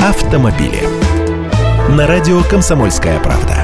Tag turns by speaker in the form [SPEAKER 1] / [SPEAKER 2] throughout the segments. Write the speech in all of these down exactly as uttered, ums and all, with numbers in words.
[SPEAKER 1] автомобили. На радио «Комсомольская правда».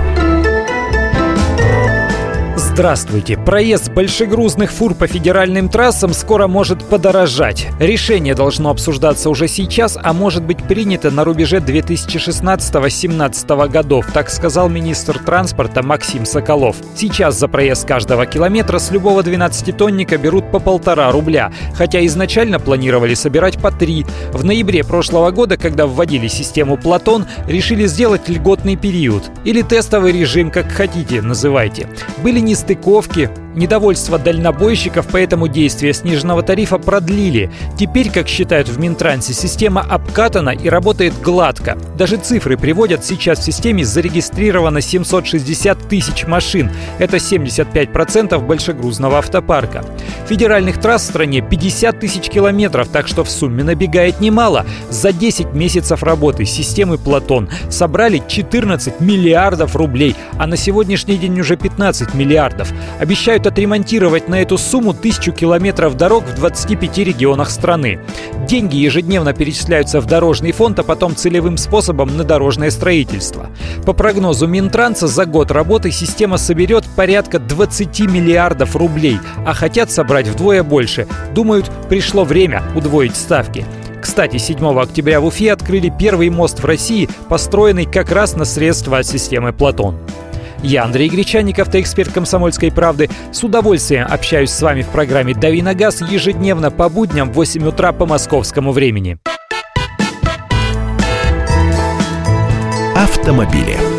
[SPEAKER 2] Здравствуйте! Проезд большегрузных фур по федеральным трассам скоро может подорожать. Решение должно обсуждаться уже сейчас, а может быть принято на рубеже две тысячи шестнадцатого — две тысячи семнадцатого годов, так сказал министр транспорта Максим Соколов. Сейчас за проезд каждого километра с любого двенадцатитонника берут по полтора рубля, хотя изначально планировали собирать по три. В ноябре прошлого года, когда вводили систему «Платон», решили сделать льготный период. Или тестовый режим, как хотите, называйте. Были нестыковки, недовольство дальнобойщиков, поэтому действие сниженного тарифа продлили. Теперь, как считают в Минтрансе, система обкатана и работает гладко. Даже цифры приводят: сейчас в системе зарегистрировано семьсот шестьдесят тысяч машин. Это семьдесят пять процентов большегрузного автопарка. Федеральных трасс в стране пятьдесят тысяч километров, так что в сумме набегает немало. За десять месяцев работы системы «Платон» собрали четырнадцать миллиардов рублей, а на сегодняшний день уже пятнадцать миллиардов. Обещают отремонтировать на эту сумму тысячу километров дорог в двадцати пяти регионах страны. Деньги ежедневно перечисляются в дорожный фонд, а потом целевым способом на дорожное строительство. По прогнозу Минтранса, за год работы система соберет порядка двадцати миллиардов рублей, а хотят собрать вдвое больше. Думают, пришло время удвоить ставки. Кстати, седьмого октября в Уфе открыли первый мост в России, построенный как раз на средства от системы «Платон». Я, Андрей Гречанников, эксперт «Комсомольской правды». С удовольствием общаюсь с вами в программе «Дави на газ» ежедневно по будням в восемь утра по московскому времени.
[SPEAKER 1] Автомобили.